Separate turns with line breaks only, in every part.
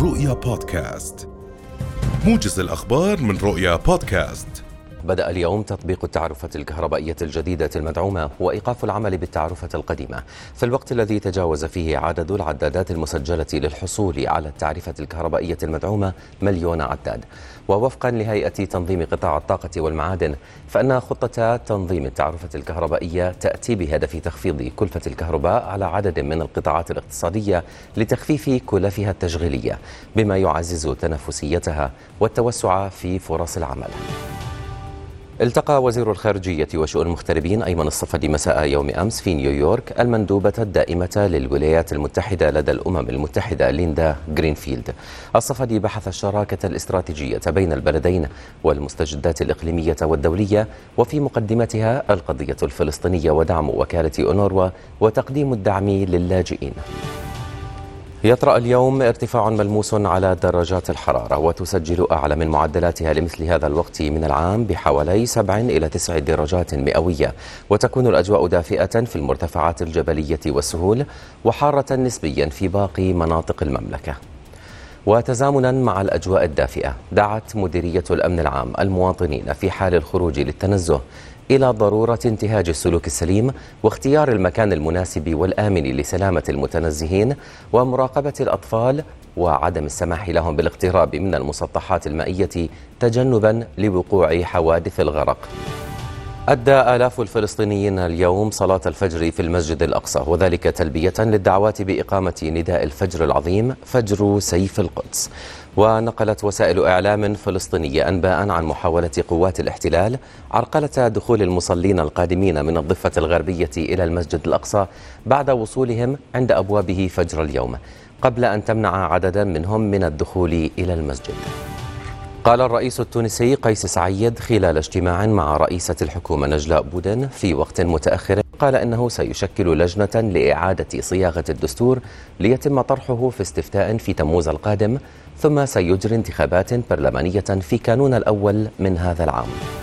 رؤيا بودكاست، موجز الأخبار من رؤيا بودكاست.
بدأ اليوم تطبيق التعرفة الكهربائية الجديدة المدعومة وإيقاف العمل بالتعرفة القديمة، في الوقت الذي تجاوز فيه عدد العدادات المسجلة للحصول على التعرفة الكهربائية المدعومة 1,000,000 عداد. ووفقا لهيئة تنظيم قطاع الطاقة والمعادن، فإن خطة تنظيم التعرفة الكهربائية تأتي بهدف تخفيض كلفة الكهرباء على عدد من القطاعات الاقتصادية لتخفيف كلفها التشغيلية، بما يعزز تنافسيتها والتوسع في فرص العمل. التقى وزير الخارجية وشؤون المغتربين أيمن الصفدي مساء يوم أمس في نيويورك المندوبة الدائمة للولايات المتحدة لدى الأمم المتحدة ليندا غرينفيلد. الصفدي بحث الشراكة الاستراتيجية بين البلدين والمستجدات الإقليمية والدولية، وفي مقدمتها القضية الفلسطينية ودعم وكالة أونروا وتقديم الدعم للاجئين. يطرأ اليوم ارتفاع ملموس على درجات الحرارة، وتسجل أعلى من معدلاتها لمثل هذا الوقت من العام بحوالي 7 إلى 9 درجات مئوية، وتكون الأجواء دافئة في المرتفعات الجبلية والسهول، وحارة نسبيا في باقي مناطق المملكة. وتزامنا مع الأجواء الدافئة، دعت مديرية الأمن العام المواطنين في حال الخروج للتنزه إلى ضرورة انتهاج السلوك السليم واختيار المكان المناسب والآمن لسلامة المتنزهين ومراقبة الأطفال، وعدم السماح لهم بالاقتراب من المسطحات المائية تجنبا لوقوع حوادث الغرق. أدى آلاف الفلسطينيين اليوم صلاة الفجر في المسجد الأقصى، وذلك تلبية للدعوات بإقامة نداء الفجر العظيم فجر سيف القدس. ونقلت وسائل إعلام فلسطينية أنباء عن محاولة قوات الاحتلال عرقلة دخول المصلين القادمين من الضفة الغربية إلى المسجد الأقصى بعد وصولهم عند أبوابه فجر اليوم، قبل أن تمنع عددا منهم من الدخول إلى المسجد. قال الرئيس التونسي قيس سعيد خلال اجتماع مع رئيسة الحكومة نجلاء بودن في وقت متأخر، قال إنه سيشكل لجنة لإعادة صياغة الدستور ليتم طرحه في استفتاء في تموز القادم، ثم سيجري انتخابات برلمانية في كانون الأول من هذا العام.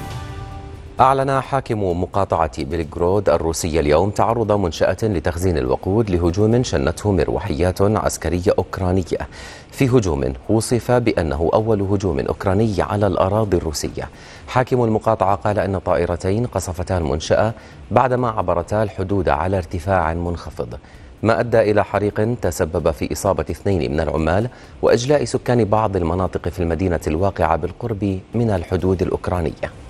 أعلن حاكم مقاطعة بلغراد الروسية اليوم تعرض منشأة لتخزين الوقود لهجوم شنته مروحيات عسكرية أوكرانية، في هجوم وصف بأنه أول هجوم أوكراني على الأراضي الروسية. حاكم المقاطعة قال أن طائرتين قصفتا المنشأة بعدما عبرتا الحدود على ارتفاع منخفض، ما أدى إلى حريق تسبب في إصابة 2 من العمال وإجلاء سكان بعض المناطق في المدينة الواقعة بالقرب من الحدود الأوكرانية.